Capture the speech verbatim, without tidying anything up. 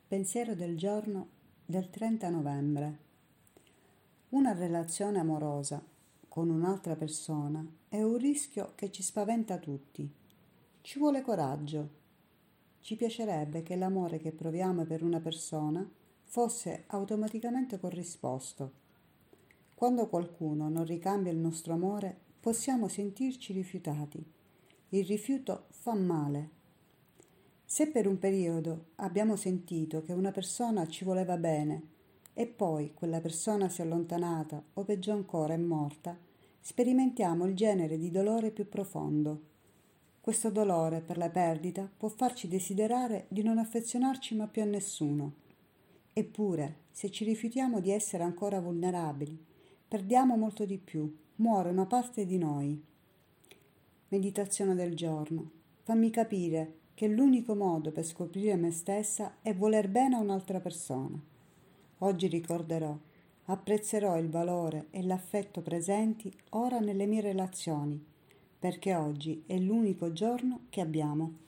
Pensiero del giorno del trenta novembre. Una relazione amorosa con un'altra persona è un rischio che ci spaventa tutti. Ci vuole coraggio. Ci piacerebbe che l'amore che proviamo per una persona fosse automaticamente corrisposto. Quando qualcuno non ricambia il nostro amore, possiamo sentirci rifiutati. Il rifiuto fa male. Se per un periodo abbiamo sentito che una persona ci voleva bene e poi quella persona si è allontanata o peggio ancora è morta, sperimentiamo il genere di dolore più profondo. Questo dolore per la perdita può farci desiderare di non affezionarci mai più a nessuno. Eppure, se ci rifiutiamo di essere ancora vulnerabili, perdiamo molto di più, muore una parte di noi. Meditazione del giorno. Fammi capire che l'unico modo per scoprire me stessa è voler bene a un'altra persona. Oggi ricorderò, apprezzerò il valore e l'affetto presenti ora nelle mie relazioni, perché oggi è l'unico giorno che abbiamo.